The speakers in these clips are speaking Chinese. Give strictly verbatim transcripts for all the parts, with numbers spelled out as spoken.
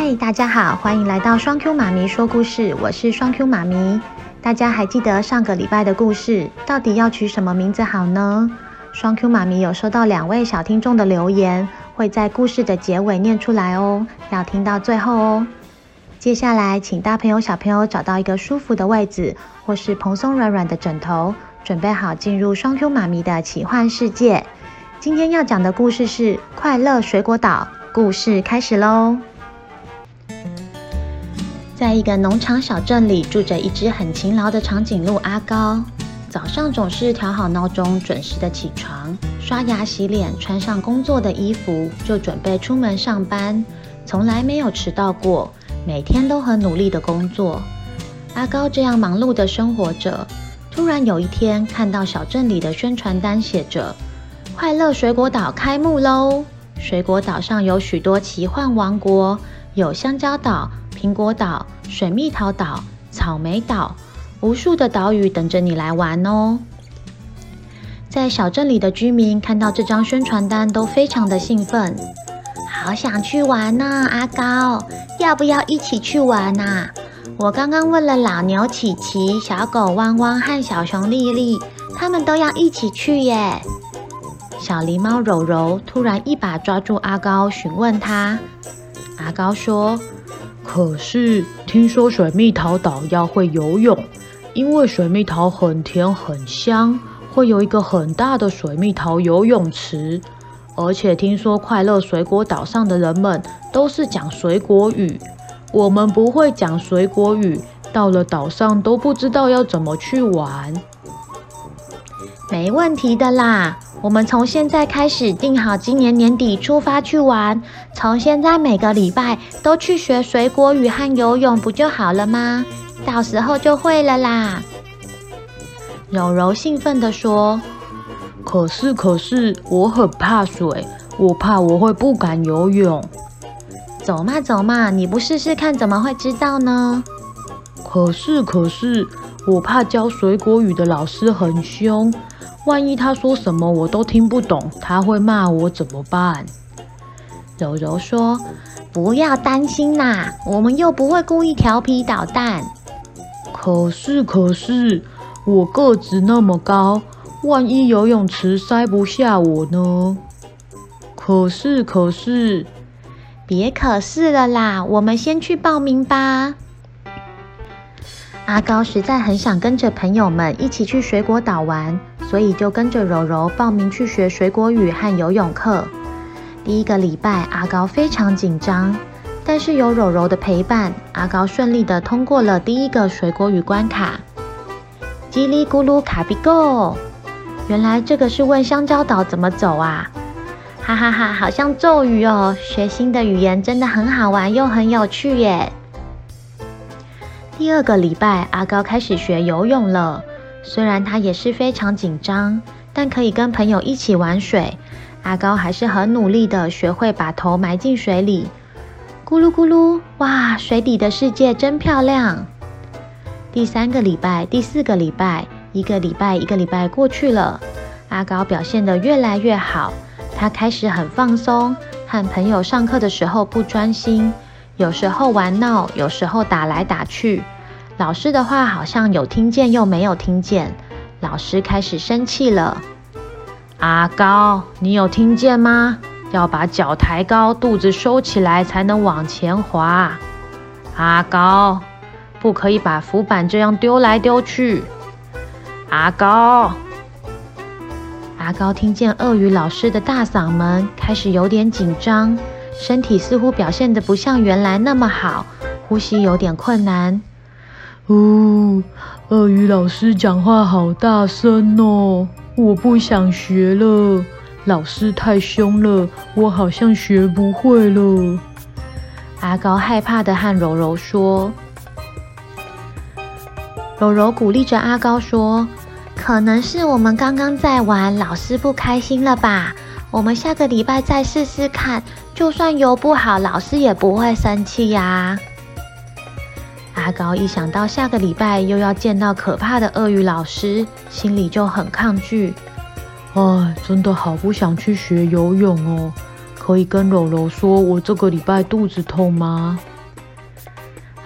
嗨，大家好，欢迎来到双 Q 妈咪说故事，我是双 Q 妈咪。大家还记得上个礼拜的故事，到底要取什么名字好呢？双 Q 妈咪有收到两位小听众的留言，会在故事的结尾念出来哦，要听到最后哦。接下来，请大朋友小朋友找到一个舒服的位置，或是蓬松软软的枕头，准备好进入双 Q 妈咪的奇幻世界。今天要讲的故事是《快乐水果岛》，故事开始咯。在一个农场小镇里，住着一只很勤劳的长颈鹿阿高。早上总是调好闹钟，准时的起床，刷牙洗脸，穿上工作的衣服，就准备出门上班，从来没有迟到过，每天都很努力的工作。阿高这样忙碌的生活着，突然有一天看到小镇里的宣传单写着快乐水果岛开幕咯！水果岛上有许多奇幻王国，有香蕉岛、苹果岛、水蜜桃岛、草莓岛，无数的岛屿等着你来玩哦。在小镇里的居民看到这张宣传单都非常的兴奋，好想去玩啊，阿高，要不要一起去玩啊？我刚刚问了老牛琪琪、小狗汪汪和小熊丽丽，他们都要一起去耶。小狸猫柔柔突然一把抓住阿高，询问他。阿高说， 可是听说水蜜桃岛要会游泳，因为水蜜桃很甜很香，会有一个很大的水蜜桃游泳池，而且听说快乐水果岛上的人们都是讲水果语，我们不会讲水果语，到了岛上都不知道要怎么去玩。 没问题的啦，我们从现在开始定好今年年底出发去玩，从现在每个礼拜都去学水果语和游泳不就好了吗？到时候就会了啦。柔柔兴奋地说， 可是可是我很怕水，我怕我会不敢游泳。 走嘛走嘛，你不试试看怎么会知道呢？ 可是可是我怕教水果语的老师很凶，万一他说什么我都听不懂，他会骂我怎么办？ 柔柔说，不要担心啦，我们又不会故意调皮捣蛋。 可是可是我个子那么高，万一游泳池塞不下我呢？可是可是别可是了啦，我们先去报名吧。阿高实在很想跟着朋友们一起去水果岛玩，所以就跟着柔柔报名去学水果语和游泳课。第一个礼拜，阿高非常紧张，但是有柔柔的陪伴，阿高顺利的通过了第一个水果语关卡。叽里咕噜卡比go，原来这个是问香蕉岛怎么走啊！哈哈哈，好像咒语哦，学新的语言真的很好玩又很有趣耶。第二个礼拜，阿高开始学游泳了。虽然他也是非常紧张，但可以跟朋友一起玩水，阿高还是很努力的学会把头埋进水里。咕噜咕噜，哇，水底的世界真漂亮。第三个礼拜，第四个礼拜，一个礼拜一个礼拜过去了，阿高表现得越来越好。他开始很放松，和朋友上课的时候不专心，有时候玩闹，有时候打来打去。老师的话好像有听见又没有听见，老师开始生气了。 阿高，你有听见吗？要把脚抬高，肚子收起来才能往前滑。阿高，不可以把浮板这样丢来丢去。阿高。 阿高听见鳄鱼老师的大嗓门，开始有点紧张，身体似乎表现得不像原来那么好，呼吸有点困难。 哦，鳄鱼老师讲话好大声哦，我不想学了，老师太凶了，我好像学不会了。 阿高害怕地和柔柔说。柔柔鼓励着阿高说，可能是我们刚刚在玩，老师不开心了吧？我们下个礼拜再试试看，就算游不好，老师也不会生气呀。阿高一想到下个礼拜又要见到可怕的鳄鱼老师，心里就很抗拒。 哎，真的好不想去学游泳哦。可以跟柔柔说我这个礼拜肚子痛吗？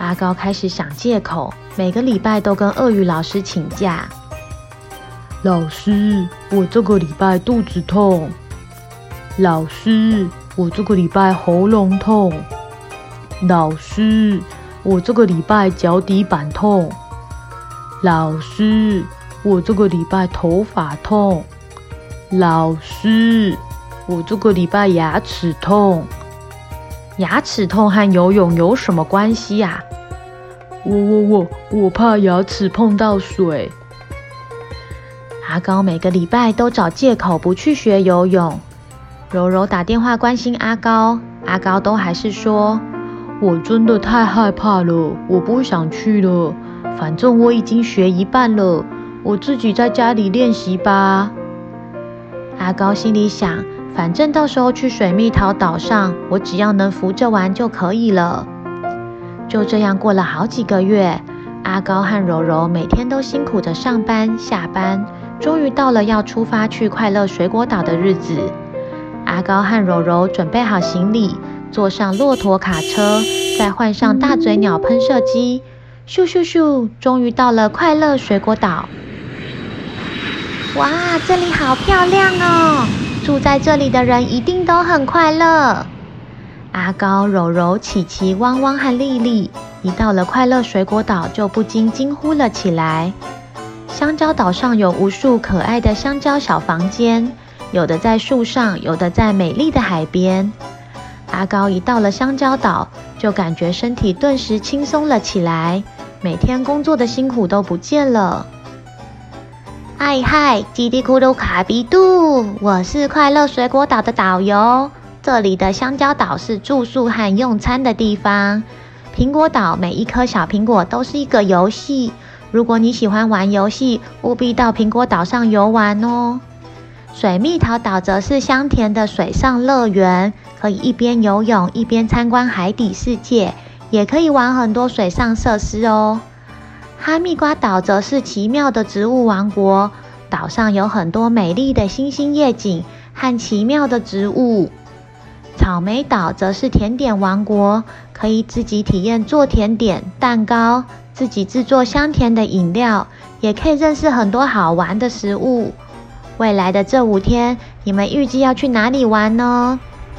阿高开始想借口，每个礼拜都跟鳄鱼老师请假。 老师，我这个礼拜肚子痛。老师，我这个礼拜喉咙痛。老师，我这个礼拜脚底板痛。老师，我这个礼拜头发痛。老师，我这个礼拜牙齿痛。 牙齿痛和游泳有什么关系呀？ 我我我我怕牙齿碰到水。 阿高每个礼拜都找借口不去学游泳。柔柔打电话关心阿高，阿高都还是说：“ 我真的太害怕了，我不想去了。反正我已经学一半了，我自己在家里练习吧。” 阿高心里想，反正到时候去水蜜桃岛上，我只要能扶着玩就可以了。就这样过了好几个月，阿高和柔柔每天都辛苦着上班下班，终于到了要出发去快乐水果岛的日子。阿高和柔柔准备好行李，坐上骆驼卡车，再换上大嘴鸟喷射机，咻咻咻，终于到了快乐水果岛。哇，这里好漂亮哦！住在这里的人一定都很快乐。阿高、柔柔、琪琪、汪汪和丽丽一到了快乐水果岛，就不禁惊呼了起来。香蕉岛上有无数可爱的香蕉小房间，有的在树上，有的在美丽的海边。阿高一到了香蕉岛，就感觉身体顿时轻松了起来，每天工作的辛苦都不见了。嗨嗨，叽里咕噜卡比杜，我是快乐水果岛的导游。这里的香蕉岛是住宿和用餐的地方。苹果岛每一颗小苹果都是一个游戏，如果你喜欢玩游戏，务必到苹果岛上游玩哦。水蜜桃岛则是香甜的水上乐园，可以一边游泳一边参观海底世界，也可以玩很多水上设施哦。哈密瓜岛则是奇妙的植物王国，岛上有很多美丽的星星夜景和奇妙的植物。草莓岛则是甜点王国，可以自己体验做甜点、蛋糕，自己制作香甜的饮料，也可以认识很多好玩的食物。未来的这五天，你们预计要去哪里玩呢？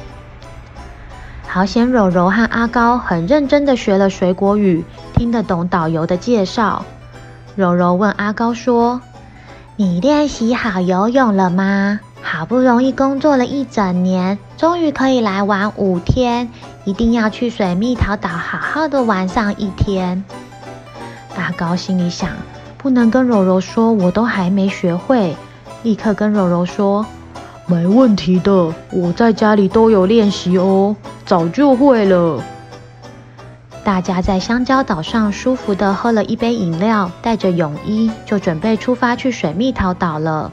好险柔柔和阿高很认真的学了水果语，听得懂导游的介绍。柔柔问阿高说：“你练习好游泳了吗？好不容易工作了一整年，终于可以来玩五天，一定要去水蜜桃岛好好的玩上一天。”阿高心里想，不能跟柔柔说我都还没学会，立刻跟柔柔说：“ 没问题的，我在家里都有练习哦，早就会了。” 大家在香蕉岛上舒服地喝了一杯饮料，带着泳衣就准备出发去水蜜桃岛了。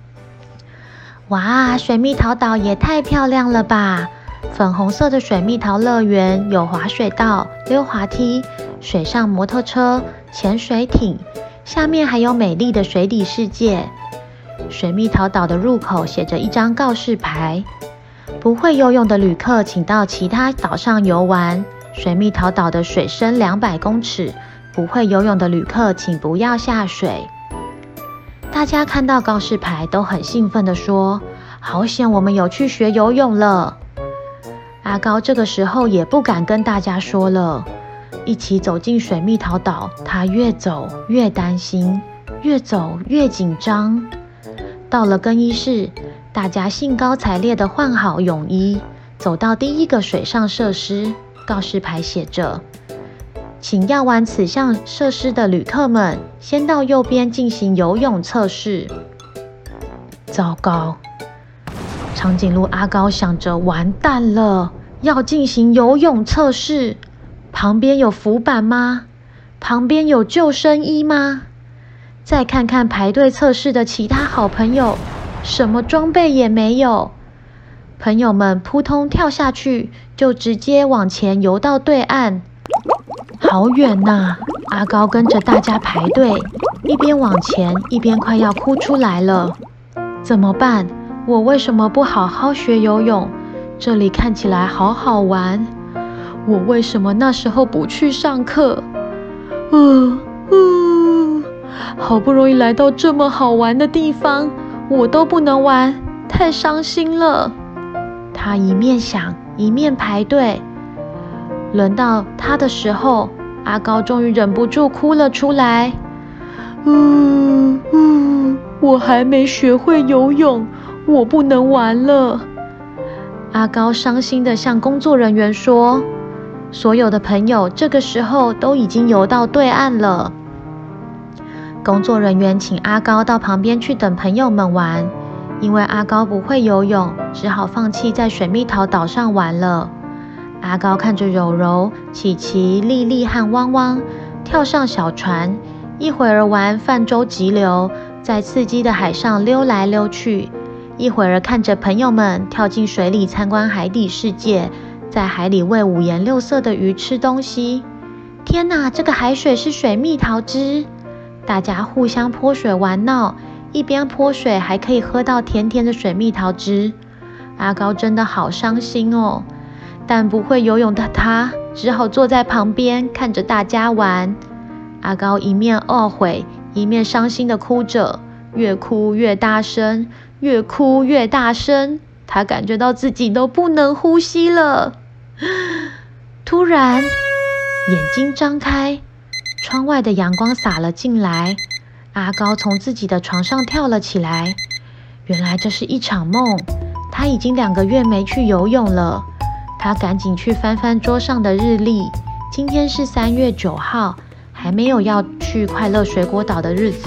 哇，水蜜桃岛也太漂亮了吧！粉红色的水蜜桃乐园有滑水道、溜滑梯、水上摩托车、潜水艇，下面还有美丽的水底世界。水蜜桃岛的入口写着一张告示牌：不会游泳的旅客请到其他岛上游玩。水蜜桃岛的水深两百公尺，不会游泳的旅客请不要下水。大家看到告示牌都很兴奋地说：“好险我们有去学游泳了。”阿高这个时候也不敢跟大家说了。一起走进水蜜桃岛，他越走越担心，越走越紧张。到了更衣室，大家兴高采烈地换好泳衣，走到第一个水上设施。告示牌写着：“请要玩此项设施的旅客们，先到右边进行游泳测试。”糟糕！长颈鹿阿高想着，完蛋了，要进行游泳测试。旁边有浮板吗？旁边有救生衣吗？再看看排队测试的其他好朋友，什么装备也没有。朋友们扑通跳下去，就直接往前游到对岸。好远呐！阿高跟着大家排队，一边往前，一边快要哭出来了。怎么办？我为什么不好好学游泳？这里看起来好好玩。 我为什么那时候不去上课？呃呃，好不容易来到这么好玩的地方，我都不能玩，太伤心了。他一面想，一面排队。轮到他的时候，阿高终于忍不住哭了出来。嗯嗯，我还没学会游泳，我不能玩了。阿高伤心地向工作人员说，所有的朋友这个时候都已经游到对岸了。工作人员请阿高到旁边去等朋友们玩，因为阿高不会游泳，只好放弃在水蜜桃岛上玩了。阿高看着柔柔、琪琪、丽丽和汪汪跳上小船，一会儿玩泛舟急流，在刺激的海上溜来溜去，一会儿看着朋友们跳进水里参观海底世界，在海里喂五颜六色的鱼吃东西。天哪，这个海水是水蜜桃汁！大家互相泼水玩闹，一边泼水还可以喝到甜甜的水蜜桃汁。阿高真的好伤心哦，但不会游泳的他只好坐在旁边看着大家玩。阿高一面懊悔，一面伤心地哭着，越哭越大声，越哭越大声，他感觉到自己都不能呼吸了。突然，眼睛张开，窗外的阳光洒了进来，阿高从自己的床上跳了起来。原来这是一场梦，他已经两个月没去游泳了。他赶紧去翻翻桌上的日历，今天是三月九号，还没有要去快乐水果岛的日子。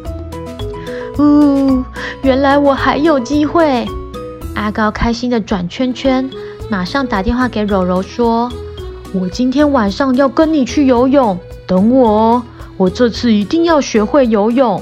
呜，原来我还有机会！阿高开心地转圈圈，马上打电话给柔柔说：“我今天晚上要跟你去游泳，等我哦，我这次一定要学会游泳。”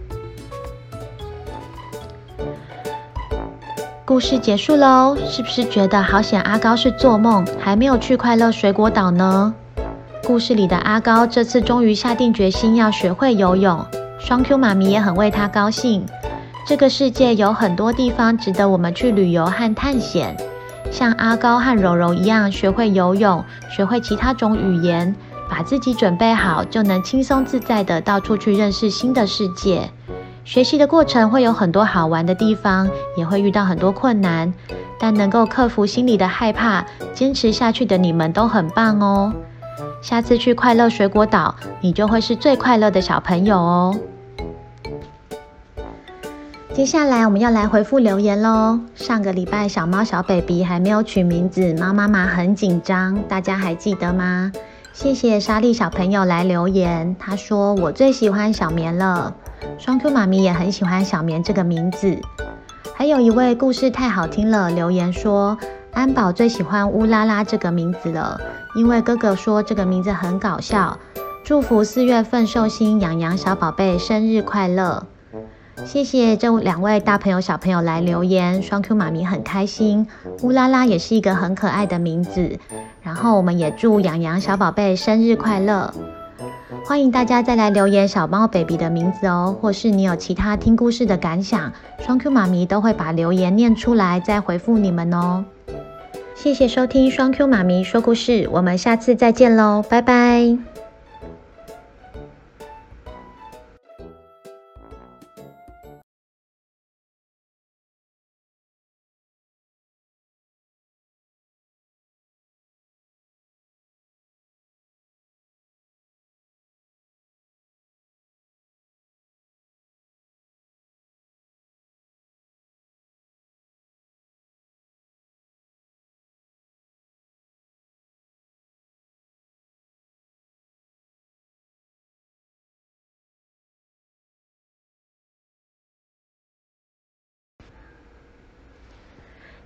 故事结束喽，是不是觉得好险阿高是做梦，还没有去快乐水果岛呢？故事里的阿高这次终于下定决心要学会游泳，双 Q 妈咪也很为他高兴。这个世界有很多地方值得我们去旅游和探险，像阿高和柔柔一样学会游泳，学会其他种语言，把自己准备好，就能轻松自在地到处去认识新的世界。学习的过程会有很多好玩的地方，也会遇到很多困难，但能够克服心里的害怕，坚持下去的你们都很棒哦。下次去快乐水果岛，你就会是最快乐的小朋友哦。接下来我们要来回复留言咯。上个礼拜小猫小 baby 还没有取名字，猫妈妈很紧张，大家还记得吗？谢谢莎莉小朋友来留言，她说我最喜欢小绵了。双 Q 妈咪也很喜欢小绵这个名字。还有一位故事太好听了留言说，安宝最喜欢乌拉拉这个名字了，因为哥哥说这个名字很搞笑。祝福四月份寿星洋洋小宝贝生日快乐。谢谢这两位大朋友小朋友来留言，双 Q 妈咪很开心。乌拉拉也是一个很可爱的名字，然后我们也祝洋洋小宝贝生日快乐。欢迎大家再来留言小猫 baby 的名字哦，或是你有其他听故事的感想，双 Q 妈咪都会把留言念出来再回复你们哦。谢谢收听双 Q 妈咪说故事，我们下次再见喽，拜拜。